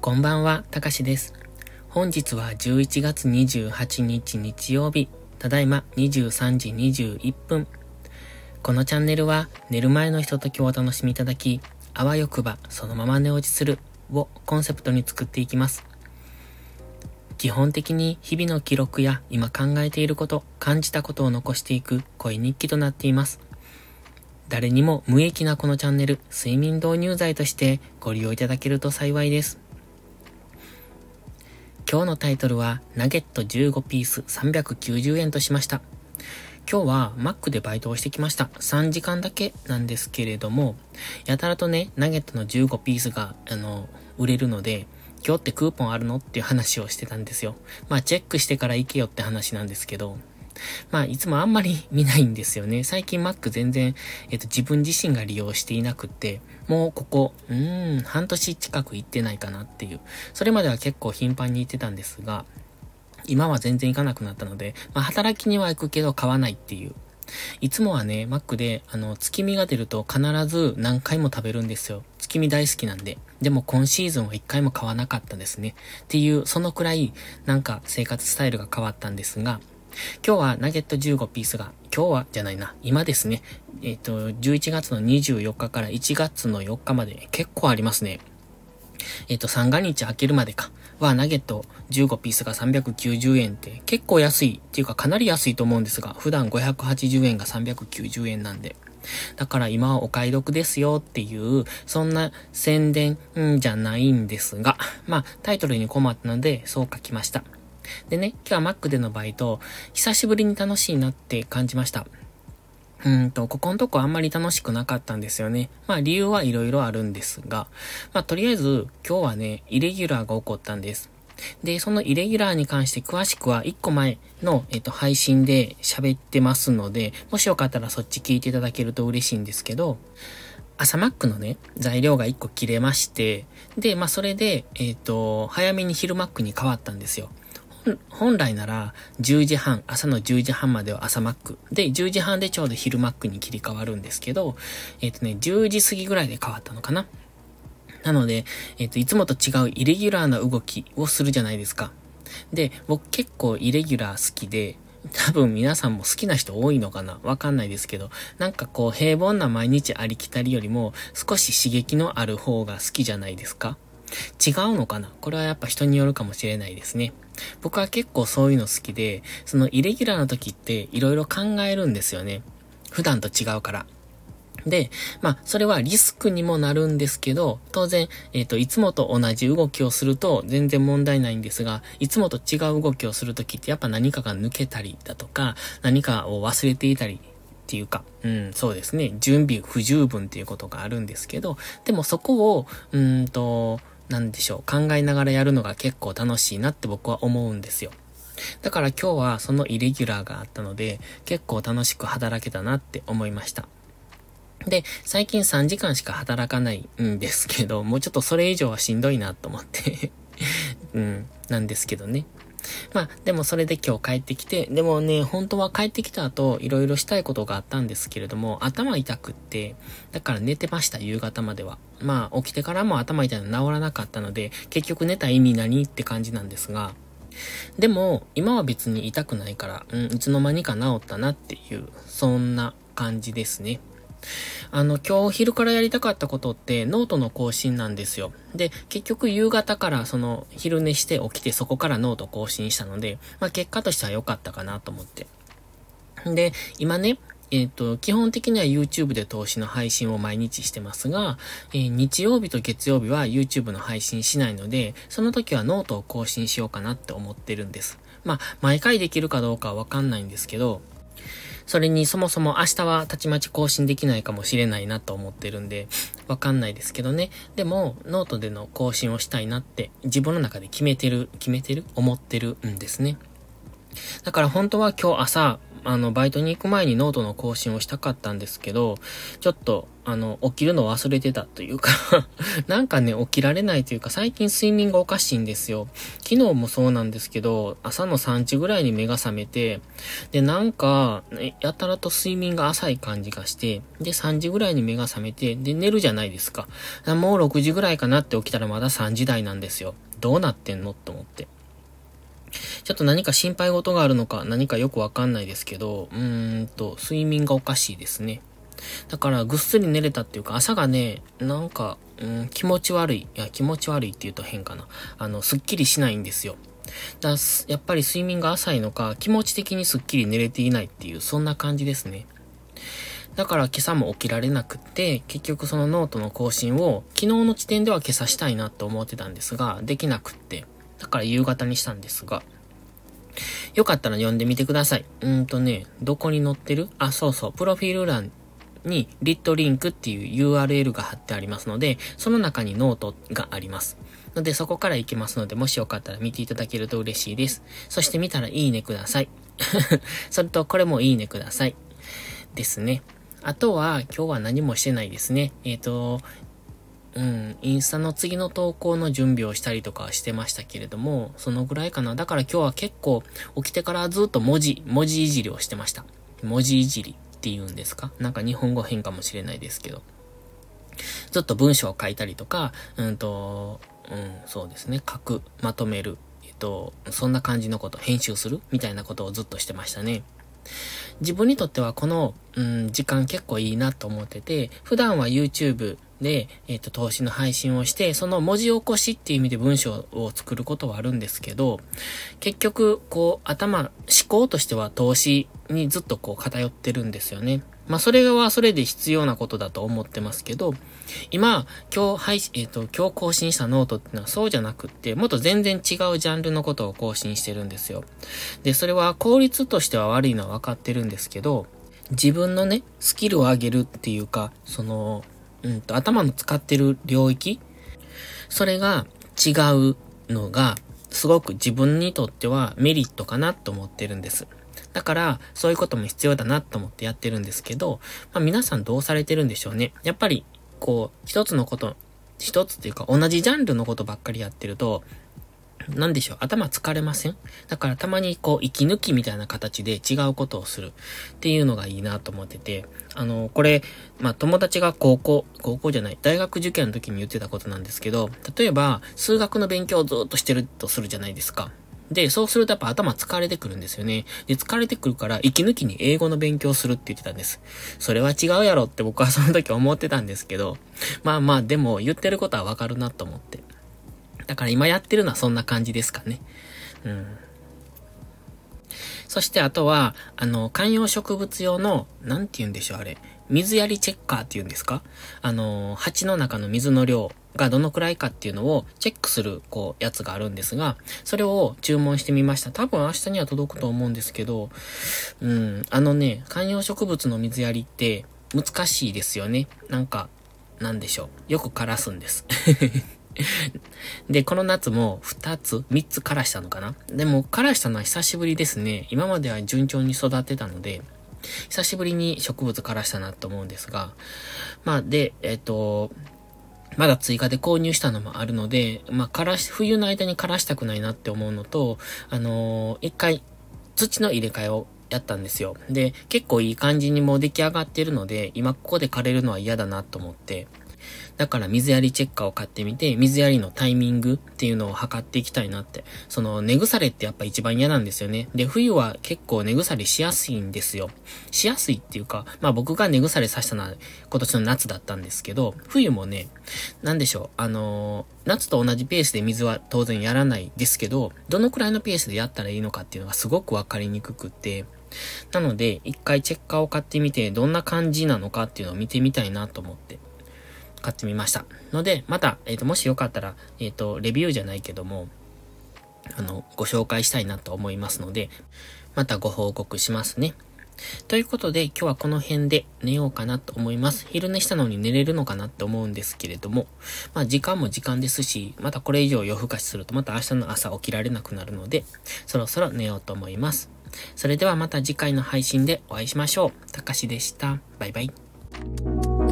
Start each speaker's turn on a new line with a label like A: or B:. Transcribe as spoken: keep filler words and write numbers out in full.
A: こんばんは、たかしです。本日はじゅういちがつにじゅうはちにち日曜日、ただいまにじゅうさんじにじゅういっぷん。このチャンネルは寝る前のひとときをお楽しみいただき、あわよくばそのまま寝落ちするをコンセプトに作っていきます。基本的に日々の記録や今考えていること、感じたことを残していく声日記となっています。誰にも無益なこのチャンネル、睡眠導入剤としてご利用いただけると幸いです。今日のタイトルはナゲットじゅうごピースさんびゃくきゅうじゅうえんとしました。今日はマックでバイトをしてきました。さんじかんだけなんですけれども、やたらとね、ナゲットのじゅうごピースが、あの、売れるので、今日ってクーポンあるのっていう話をしてたんですよ。まあチェックしてから行けよって話なんですけど、まあいつもあんまり見ないんですよね。最近マック全然、えっと自分自身が利用していなくって、もうここ、うーん、半年近く行ってないかなっていう。それまでは結構頻繁に行ってたんですが、今は全然行かなくなったので、まあ働きには行くけど買わないっていう。いつもはね、マックで、あの、月見が出ると必ず何回も食べるんですよ。月見大好きなんで。でも今シーズンは一回も買わなかったですね。っていう、そのくらい、なんか生活スタイルが変わったんですが、今日はナゲットじゅうごピースが、今日はじゃないな、今ですね。えっと、じゅういちがつのにじゅうよっかからいちがつのよっかまで結構ありますね。えっと、三が日明けるまでか。は、ナゲットじゅうごピースがさんびゃくきゅうじゅうえんって結構安いっていうかかなり安いと思うんですが、普段ごひゃくはちじゅうえんがさんびゃくきゅうじゅうえんなんで。だから今はお買い得ですよっていう、そんな宣伝んじゃないんですが、まあタイトルに困ったのでそう書きました。でね、今日はマックでのバイト、久しぶりに楽しいなって感じました。うーんと、ここのとこあんまり楽しくなかったんですよね。まあ理由はいろいろあるんですが、まあとりあえず今日はね、イレギュラーが起こったんです。で、そのイレギュラーに関して詳しくはいっこまえの、えっと、配信で喋ってますので、もしよかったらそっち聞いていただけると嬉しいんですけど、朝マックのね、材料がいっこ切れまして、で、まあそれで、えっと、早めに昼マックに変わったんですよ。本来ならじゅうじはん、朝のじゅうじはんまでは朝マック。で、じゅうじはんでちょうど昼マックに切り替わるんですけど、えっとね、じゅうじ過ぎぐらいで変わったのかな。なので、えっと、いつもと違うイレギュラーな動きをするじゃないですか。で、僕結構イレギュラー好きで、多分皆さんも好きな人多いのかなわかんないですけど、なんかこう平凡な毎日ありきたりよりも少し刺激のある方が好きじゃないですか？違うのかな？これはやっぱ人によるかもしれないですね。僕は結構そういうの好きで、そのイレギュラーな時って色々考えるんですよね。普段と違うから。で、まあ、それはリスクにもなるんですけど、当然、えっと、いつもと同じ動きをすると全然問題ないんですが、いつもと違う動きをするときってやっぱ何かが抜けたりだとか、何かを忘れていたりっていうか、うん、そうですね、準備不十分っていうことがあるんですけど、でもそこを、うーんと、なんでしょう、考えながらやるのが結構楽しいなって僕は思うんですよ。だから今日はそのイレギュラーがあったので、結構楽しく働けたなって思いました。で、最近さんじかんしか働かないんですけど、もうちょっとそれ以上はしんどいなと思ってうん、なんですけどね。まあ、でもそれで今日帰ってきて、でもね、本当は帰ってきた後、いろいろしたいことがあったんですけれども、頭痛くって、だから寝てました、夕方までは。まあ、起きてからも頭痛いの治らなかったので、結局寝た意味何って感じなんですが、でも、今は別に痛くないから、うん、いつの間にか治ったなっていう、そんな感じですね。あの、今日昼からやりたかったことってノートの更新なんですよ。で、結局夕方からその昼寝して起きてそこからノート更新したので、まあ結果としては良かったかなと思って。で、今ね、えっと、基本的には YouTube で投資の配信を毎日してますが、えー日曜日と月曜日は YouTube の配信しないので、その時はノートを更新しようかなって思ってるんです。まあ、毎回できるかどうかはわかんないんですけど、それにそもそも明日はたちまち更新できないかもしれないなと思ってるんで、わかんないですけどね。でも、ノートでの更新をしたいなって自分の中で決めてる、決めてる思ってるんですね。だから本当は今日朝、 あの、バイトに行く前にノートの更新をしたかったんですけど、ちょっと、あの、起きるの忘れてたというかなんかね、起きられないというか、最近睡眠がおかしいんですよ。昨日もそうなんですけど、朝のさんじぐらいに目が覚めて、で、なんか、やたらと睡眠が浅い感じがして、で、さんじぐらいに目が覚めて、で、寝るじゃないですか。もうろくじぐらいかなって起きたらまださんじ台なんですよ。どうなってんのと思って。ちょっと何か心配事があるのか何かよくわかんないですけど、うーんと、睡眠がおかしいですね。だからぐっすり寝れたっていうか、朝がね、なんか、うん、気持ち悪い。いや、気持ち悪いって言うと変かな。あの、すっきりしないんですよ。だやっぱり睡眠が浅いのか、気持ち的にすっきり寝れていないっていう、そんな感じですね。だから今朝も起きられなくって、結局そのノートの更新を、昨日の時点では今朝したいなと思ってたんですが、できなくって、だから夕方にしたんですが、よかったら読んでみてください。うーんとね、どこに載ってる？あ、そうそう、プロフィール欄にリットリンクっていう ユーアールエル が貼ってありますので、その中にノートがあります。ので、そこから行けますので、もしよかったら見ていただけると嬉しいです。そして見たらいいねください。それと、これもいいねください。ですね。あとは、今日は何もしてないですね。えっと、うん、インスタの次の投稿の準備をしたりとかしてましたけれども、そのぐらいかな。だから今日は結構起きてからずっと文字、文字いじりをしてました。文字いじりって言うんですか？なんか日本語変かもしれないですけど。ずっと文章を書いたりとか、うんと、うん、そうですね。書く、まとめる、えっと、そんな感じのこと、編集するみたいなことをずっとしてましたね。自分にとってはこの、うん、時間結構いいなと思ってて、普段は YouTube で、えっと、投資の配信をして、その文字起こしっていう意味で文章を作ることはあるんですけど、結局、こう、頭、思考としては投資にずっとこう偏ってるんですよね。まあ、それはそれで必要なことだと思ってますけど、今、今日配信、えっと、今日更新したノートっていうのはそうじゃなくって、もっと全然違うジャンルのことを更新してるんですよ。で、それは効率としては悪いのは分かってるんですけど、自分のね、スキルを上げるっていうか、その、うんと、頭の使ってる領域、それが違うのが、すごく自分にとってはメリットかなと思ってるんです。だから、そういうことも必要だなと思ってやってるんですけど、まあ皆さんどうされてるんでしょうね。やっぱり、こう、一つのこと、一つっていうか同じジャンルのことばっかりやってると、なんでしょう、頭疲れません？だからたまにこう、息抜きみたいな形で違うことをするっていうのがいいなと思ってて、あの、これ、まあ、友達が高校、高校じゃない、大学受験の時に言ってたことなんですけど、例えば、数学の勉強をずっとしてるとするじゃないですか。で、そうするとやっぱ頭疲れてくるんですよね。で、疲れてくるから、息抜きに英語の勉強をするって言ってたんです。それは違うやろって僕はその時思ってたんですけど、まあまあ、でも言ってることはわかるなと思って。だから今やってるのはそんな感じですかね。うん。そしてあとは、あの、観葉植物用の、なんて言うんでしょう、あれ。水やりチェッカーって言うんですか？あの、鉢の中の水の量がどのくらいかっていうのをチェックする、こう、やつがあるんですが、それを注文してみました。多分明日には届くと思うんですけど、うん、あのね、観葉植物の水やりって難しいですよね。なんか、なんでしょう。よく枯らすんです。で、この夏も二つ、三つ枯らしたのかな？でも、枯らしたのは久しぶりですね。今までは順調に育ってたので、久しぶりに植物枯らしたなと思うんですが、まあ、で、えっと、まだ追加で購入したのもあるので、まあ、枯らし、冬の間に枯らしたくないなって思うのと、あのー、一回、土の入れ替えをやったんですよ。で、結構いい感じにもう出来上がってるので、今ここで枯れるのは嫌だなと思って、だから水やりチェッカーを買ってみて、水やりのタイミングっていうのを測っていきたいなって。その、根腐れってやっぱ一番嫌なんですよね。で、冬は結構根腐れしやすいんですよ。しやすいっていうか、まあ僕が根腐れさせたのは今年の夏だったんですけど、冬もね、なんでしょう、あのー、夏と同じペースで水は当然やらないですけど、どのくらいのペースでやったらいいのかっていうのがすごくわかりにくくって、なので、一回チェッカーを買ってみて、どんな感じなのかっていうのを見てみたいなと思って。買ってみました。ので、また、えっと、もしよかったら、えっと、レビューじゃないけども、あの、ご紹介したいなと思いますので、またご報告しますね。ということで、今日はこの辺で寝ようかなと思います。昼寝したのに寝れるのかなって思うんですけれども、まあ時間も時間ですし、またこれ以上夜更かしするとまた明日の朝起きられなくなるので、そろそろ寝ようと思います。 それではまた次回の配信でお会いしましょう。たかしでした。バイバイ。